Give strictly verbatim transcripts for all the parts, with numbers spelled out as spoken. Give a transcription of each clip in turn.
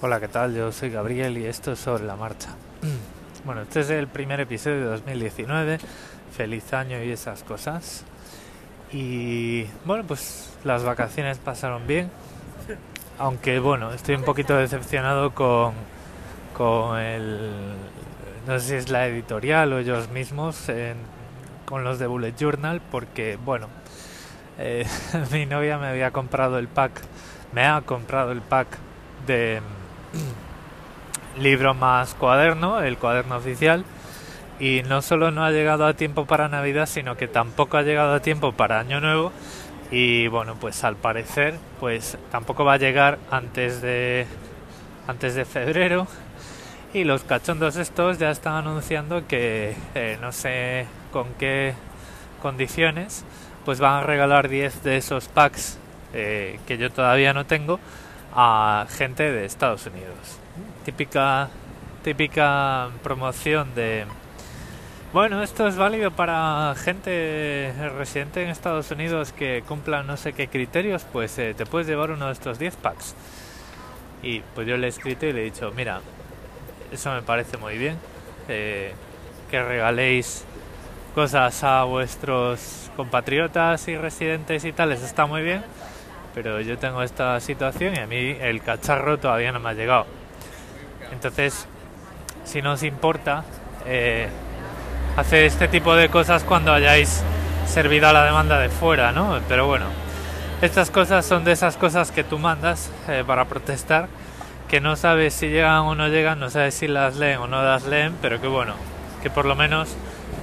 Hola, ¿qué tal? Yo soy Gabriel y esto es Sobre la Marcha. Bueno, este es el primer episodio de dos mil diecinueve. Feliz año y esas cosas. Y bueno, pues las vacaciones pasaron bien. Aunque bueno, estoy un poquito decepcionado con, con el... No sé si es la editorial o ellos mismos, en- con los de Bullet Journal, porque bueno, eh, mi novia me había comprado el pack, me ha comprado el pack de libro más cuaderno, el cuaderno oficial, y no solo no ha llegado a tiempo para Navidad, sino que tampoco ha llegado a tiempo para Año Nuevo. Y bueno, pues al parecer pues tampoco va a llegar antes de antes de febrero. Y los cachondos estos ya están anunciando que eh, no sé con qué condiciones pues van a regalar diez de esos packs, eh, que yo todavía no tengo, a gente de Estados Unidos. Típica, típica promoción de, bueno, esto es válido para gente residente en Estados Unidos que cumpla no sé qué criterios, pues eh, te puedes llevar uno de estos diez packs. Y pues yo le he escrito y le he dicho, mira, eso me parece muy bien, eh, que regaléis cosas a vuestros compatriotas y residentes y tales, está muy bien, pero yo tengo esta situación y a mí el cacharro todavía no me ha llegado. Entonces, si no os importa, eh, hacer este tipo de cosas cuando hayáis servido a la demanda de fuera, ¿no? Pero bueno, estas cosas son de esas cosas que tú mandas eh, para protestar, que no sabes si llegan o no llegan, no sabes si las leen o no las leen, pero que bueno, que por lo menos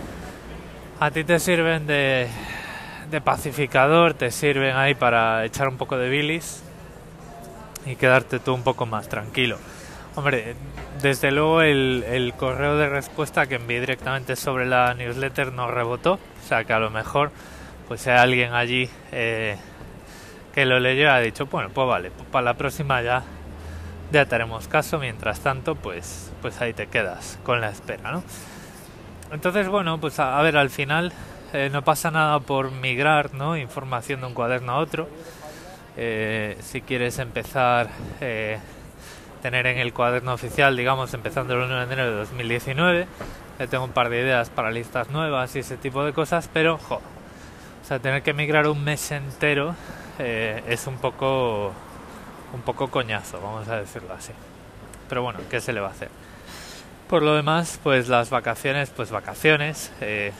a ti te sirven de, de pacificador, te sirven ahí para echar un poco de bilis y quedarte tú un poco más tranquilo. Hombre, desde luego el, el correo de respuesta que envié directamente sobre la newsletter no rebotó, o sea que a lo mejor pues hay alguien allí eh, que lo leyó y ha dicho, bueno, pues vale, pues para la próxima ya, ya te haremos caso, mientras tanto pues, pues ahí te quedas con la espera, ¿no? Entonces bueno, pues a, a ver, al final eh, no pasa nada por migrar, ¿no? Información de un cuaderno a otro. Eh, si quieres empezar... Eh, tener en el cuaderno oficial, digamos, empezando el uno de enero de dos mil diecinueve. Ya tengo un par de ideas para listas nuevas y ese tipo de cosas, pero, jo, o sea, tener que migrar un mes entero eh, es un poco, un poco coñazo, vamos a decirlo así. Pero bueno, ¿qué se le va a hacer? Por lo demás, pues las vacaciones, pues vacaciones, eh,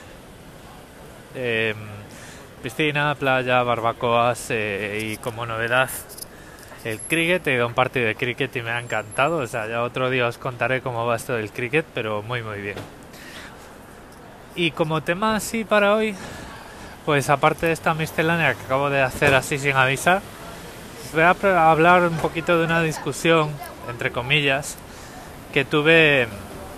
eh, piscina, playa, barbacoas eh, y como novedad el cricket. He ido a un partido de cricket y me ha encantado, o sea, ya otro día os contaré cómo va esto del cricket, pero muy muy bien. Y como tema así para hoy, pues aparte de esta miscelánea que acabo de hacer así sin avisar, os voy a hablar un poquito de una discusión, entre comillas, que tuve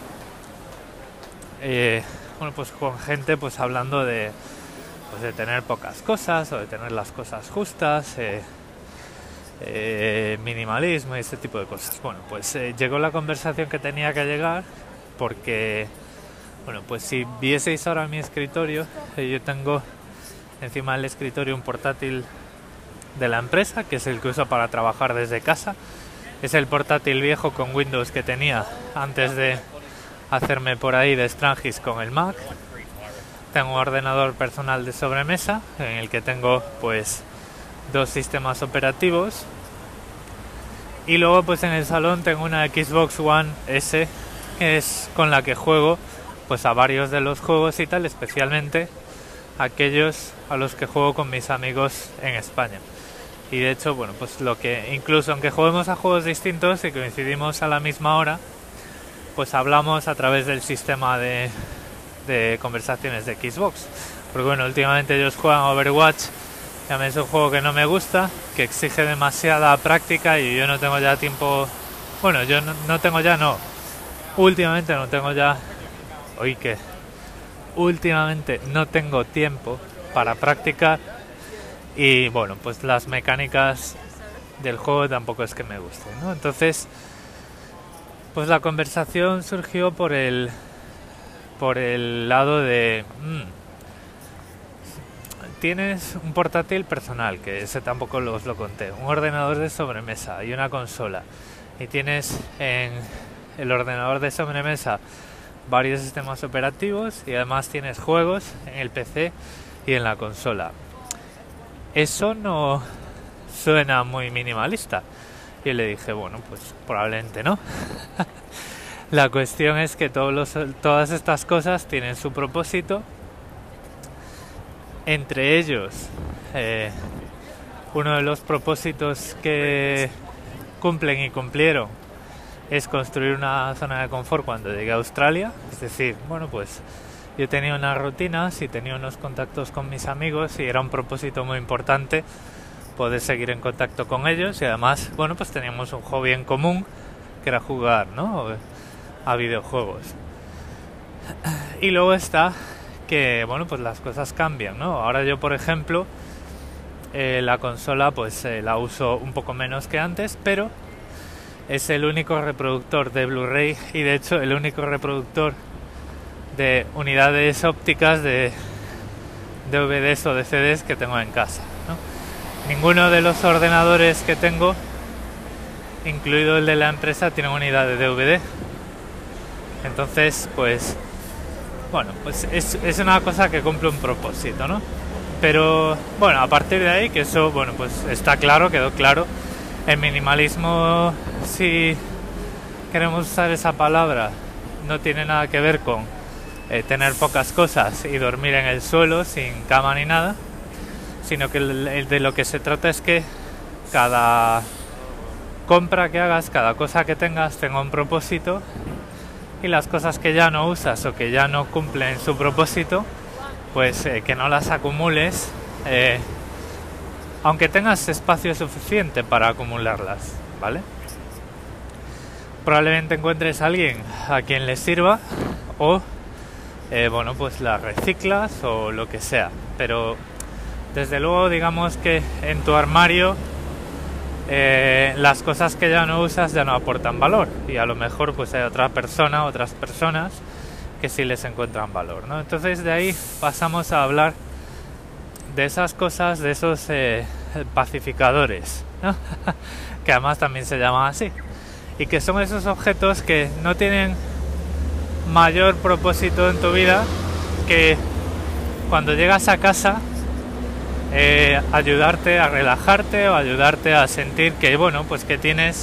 eh, bueno, pues con gente pues hablando de, pues de tener pocas cosas o de tener las cosas justas, eh, Eh, minimalismo y este tipo de cosas. Bueno, pues eh, llegó la conversación que tenía que llegar, porque, bueno, pues si vieseis ahora mi escritorio, eh, yo tengo encima del escritorio un portátil de la empresa, que es el que uso para trabajar desde casa. Es el portátil viejo con Windows que tenía antes de hacerme por ahí de Strangis con el Mac. Tengo un ordenador personal de sobremesa en el que tengo pues dos sistemas operativos, y luego pues en el salón tengo una Xbox One S, que es con la que juego pues a varios de los juegos y tal, especialmente aquellos a los que juego con mis amigos en España. Y de hecho, bueno, pues lo que incluso aunque juguemos a juegos distintos y coincidimos a la misma hora, pues hablamos a través del sistema de, de conversaciones de Xbox, porque bueno, últimamente ellos juegan Overwatch. A mí es un juego que no me gusta, que exige demasiada práctica y yo no tengo ya tiempo. Bueno, yo no, no tengo ya, no. Últimamente no tengo ya. Oye, que. Últimamente no tengo tiempo para practicar. Y bueno, pues las mecánicas del juego tampoco es que me gusten, ¿no? Entonces, pues la conversación surgió por el. Por el lado de. Mmm, tienes un portátil personal, que ese tampoco os lo conté, un ordenador de sobremesa y una consola, y tienes en el ordenador de sobremesa varios sistemas operativos y además tienes juegos en el P C y en la consola. Eso no suena muy minimalista. Y le dije, bueno, pues probablemente no. La cuestión es que todos los, todas estas cosas tienen su propósito. Entre ellos, eh, uno de los propósitos que cumplen y cumplieron es construir una zona de confort cuando llegué a Australia. Es decir, bueno, pues yo tenía unas rutinas y tenía unos contactos con mis amigos y era un propósito muy importante poder seguir en contacto con ellos, y además, bueno, pues teníamos un hobby en común que era jugar, ¿no?, a videojuegos. Y luego está que, bueno, pues las cosas cambian, ¿no? Ahora yo, por ejemplo, eh, la consola pues eh, la uso un poco menos que antes, pero es el único reproductor de Blu-ray y de hecho el único reproductor de unidades ópticas de D V Ds o de C Ds que tengo en casa, ¿no? Ninguno de los ordenadores que tengo, incluido el de la empresa, tiene unidad de D V D. Entonces, pues, bueno, pues es, es una cosa que cumple un propósito, ¿no? Pero, bueno, a partir de ahí, que eso, bueno, pues está claro, quedó claro. El minimalismo, si queremos usar esa palabra, no tiene nada que ver con eh, tener pocas cosas y dormir en el suelo sin cama ni nada, sino que de lo que se trata es que cada compra que hagas, cada cosa que tengas, tenga un propósito, y las cosas que ya no usas o que ya no cumplen su propósito, pues eh, que no las acumules, eh, aunque tengas espacio suficiente para acumularlas, ¿vale? Probablemente encuentres a alguien a quien le sirva o, eh, bueno, pues las reciclas o lo que sea, pero desde luego, digamos que en tu armario eh, las cosas que ya no usas ya no aportan valor, y a lo mejor pues hay otra persona, otras personas que sí les encuentran valor, ¿no? Entonces de ahí pasamos a hablar de esas cosas, de esos eh, pacificadores, ¿no? Que además también se llaman así, y que son esos objetos que no tienen mayor propósito en tu vida que cuando llegas a casa Eh, ayudarte a relajarte o ayudarte a sentir que, bueno, pues que tienes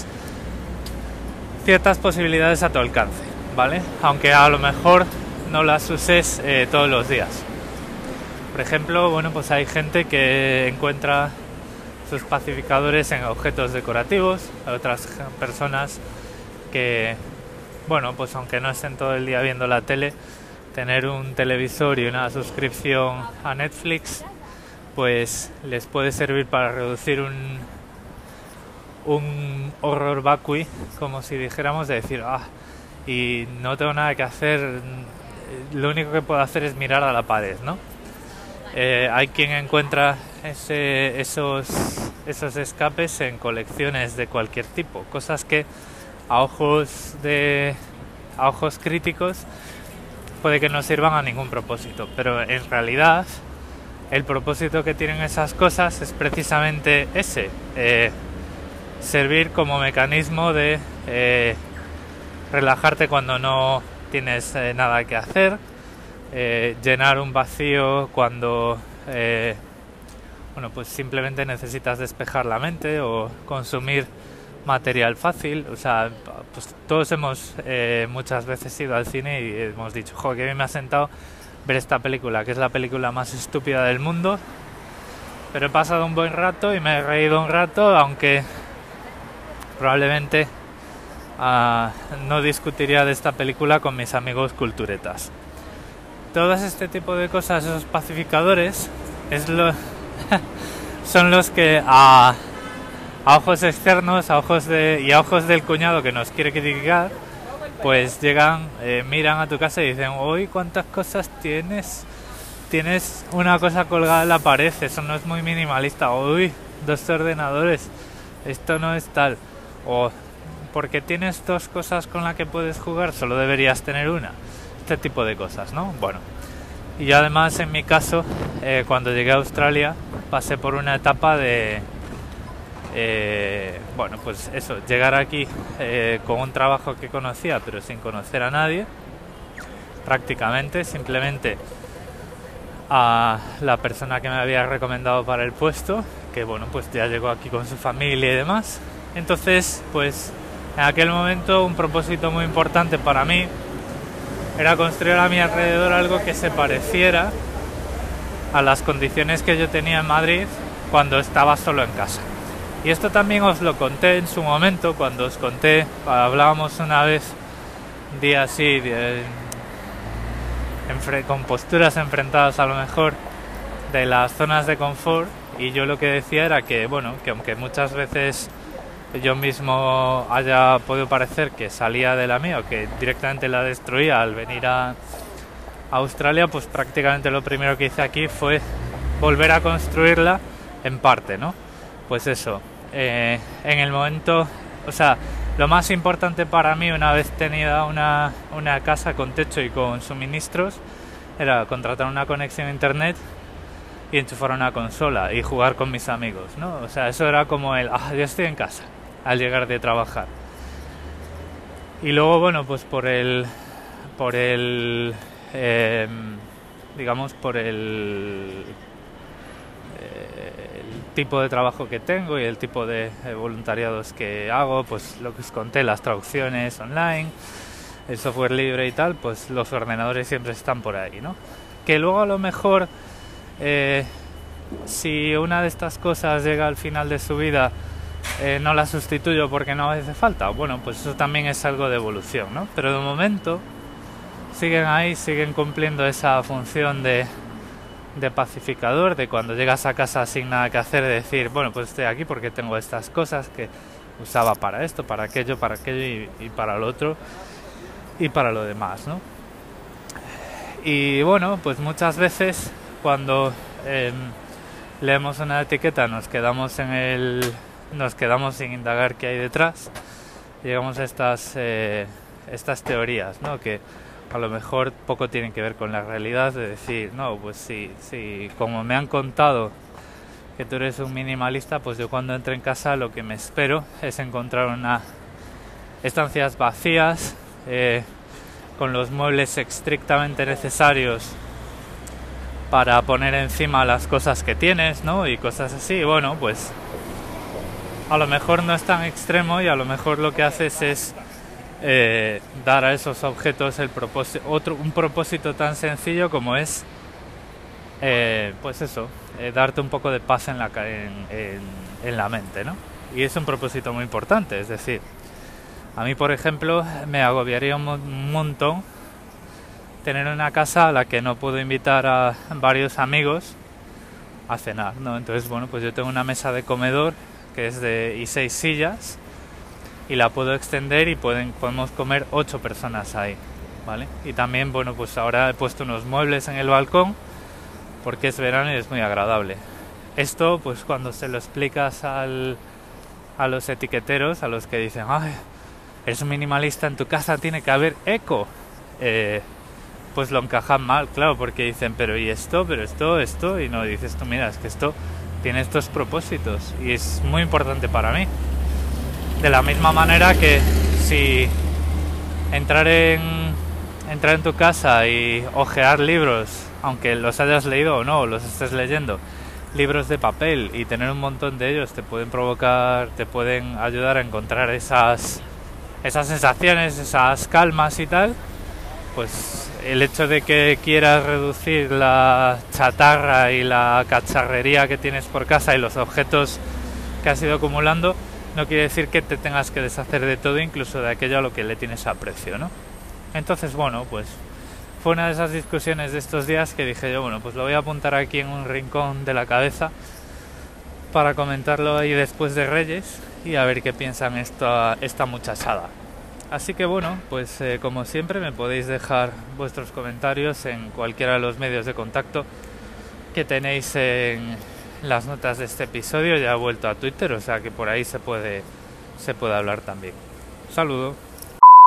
ciertas posibilidades a tu alcance, ¿vale? Aunque a lo mejor no las uses eh, todos los días. Por ejemplo, bueno, pues hay gente que encuentra sus pacificadores en objetos decorativos, hay otras personas que, bueno, pues aunque no estén todo el día viendo la tele, tener un televisor y una suscripción a Netflix pues les puede servir para reducir un, un horror vacui, como si dijéramos, de decir, ah, y no tengo nada que hacer, lo único que puedo hacer es mirar a la pared, ¿no? Eh, hay quien encuentra ese, esos, esos escapes en colecciones de cualquier tipo, cosas que a ojos, de, a ojos críticos puede que no sirvan a ningún propósito, pero en realidad el propósito que tienen esas cosas es precisamente ese, eh, servir como mecanismo de eh, relajarte cuando no tienes eh, nada que hacer, eh, llenar un vacío cuando eh, bueno, pues simplemente necesitas despejar la mente o consumir material fácil. O sea, pues todos hemos eh, muchas veces ido al cine y hemos dicho, jo, que bien me ha sentado ver esta película, que es la película más estúpida del mundo, pero he pasado un buen rato y me he reído un rato, aunque probablemente uh, no discutiría de esta película con mis amigos culturetas. Todos este tipo de cosas, esos pacificadores, es lo son los que a, a ojos externos, a ojos de y a ojos del cuñado que nos quiere criticar, pues llegan, eh, miran a tu casa y dicen, uy, ¿cuántas cosas tienes? Tienes una cosa colgada en la pared, eso no es muy minimalista. Uy, dos ordenadores, esto no es tal. O, porque tienes dos cosas con las que puedes jugar, solo deberías tener una. Este tipo de cosas, ¿no? Bueno, y además en mi caso, eh, cuando llegué a Australia, pasé por una etapa de eh, bueno, pues eso, llegar aquí eh, con un trabajo que conocía pero sin conocer a nadie, prácticamente, simplemente a la persona que me había recomendado para el puesto, que bueno, pues ya llegó aquí con su familia y demás. Entonces, pues en aquel momento un propósito muy importante para mí era construir a mi alrededor algo que se pareciera a las condiciones que yo tenía en Madrid cuando estaba solo en casa. Y esto también os lo conté en su momento, cuando os conté, hablábamos una vez, un día así, de, con posturas enfrentadas a lo mejor, de las zonas de confort, y yo lo que decía era que, bueno, que aunque muchas veces yo mismo haya podido parecer que salía de la mía o que directamente la destruía al venir a Australia, pues prácticamente lo primero que hice aquí fue volver a construirla en parte, ¿no? Pues eso, eh, en el momento, o sea, lo más importante para mí una vez tenida una, una casa con techo y con suministros era contratar una conexión a internet y enchufar una consola y jugar con mis amigos, ¿no? O sea, eso era como el, ah, ya estoy en casa al llegar de trabajar. Y luego, bueno, pues por el, por el, eh, digamos, por el, eh, el tipo de trabajo que tengo y el tipo de eh, voluntariados que hago, pues lo que os conté, las traducciones online, el software libre y tal, pues los ordenadores siempre están por ahí, ¿no? Que luego a lo mejor, eh, si una de estas cosas llega al final de su vida, eh, no la sustituyo porque no hace falta, bueno, pues eso también es algo de evolución, ¿no? Pero de momento siguen ahí, siguen cumpliendo esa función de, de pacificador, de cuando llegas a casa sin nada que hacer, de decir, bueno, pues estoy aquí porque tengo estas cosas que usaba para esto, para aquello, para aquello y, y para lo otro y para lo demás, ¿no? Y bueno, pues muchas veces cuando eh, leemos una etiqueta nos quedamos en el nos quedamos sin indagar qué hay detrás, llegamos a estas eh, estas teorías, ¿no? Que a lo mejor poco tienen que ver con la realidad, de decir, no, pues sí, sí, como me han contado que tú eres un minimalista, pues yo cuando entre en casa lo que me espero es encontrar una estancias vacías, eh, con los muebles estrictamente necesarios para poner encima las cosas que tienes, ¿no? Y cosas así. Bueno, pues a lo mejor no es tan extremo y a lo mejor lo que haces es eh, dar a esos objetos el propósito, otro, un propósito tan sencillo como es eh, pues eso, eh, darte un poco de paz en la, en, en, en la mente, ¿no? Y es un propósito muy importante, es decir, a mí, por ejemplo, me agobiaría un, mo- un montón tener una casa a la que no puedo invitar a varios amigos a cenar, ¿no? Entonces, bueno, pues yo tengo una mesa de comedor que es de y seis sillas y la puedo extender y pueden podemos comer ocho personas ahí, ¿vale? Y también, bueno, pues ahora he puesto unos muebles en el balcón porque es verano y es muy agradable. Esto, pues cuando se lo explicas al, a los etiqueteros, a los que dicen, ay, eres un minimalista, en tu casa tiene que haber eco, eh, pues lo encajan mal, claro, porque dicen, pero y esto, pero esto, esto, y no, dices tú, mira, es que esto tiene estos propósitos y es muy importante para mí. De la misma manera que si entrar en entrar en tu casa y hojear libros, aunque los hayas leído o no, los estés leyendo, libros de papel, y tener un montón de ellos te pueden provocar, te pueden ayudar a encontrar esas esas sensaciones, esas calmas y tal, pues el hecho de que quieras reducir la chatarra y la cacharrería que tienes por casa y los objetos que has ido acumulando no quiere decir que te tengas que deshacer de todo, incluso de aquello a lo que le tienes aprecio, ¿no? Entonces, bueno, pues fue una de esas discusiones de estos días que dije yo, bueno, pues lo voy a apuntar aquí en un rincón de la cabeza para comentarlo ahí después de Reyes y a ver qué piensan esta, esta muchachada. Así que bueno, pues eh, como siempre me podéis dejar vuestros comentarios en cualquiera de los medios de contacto que tenéis en las notas de este episodio. Ya he vuelto a Twitter, o sea que por ahí se puede, se puede hablar también. Un saludo.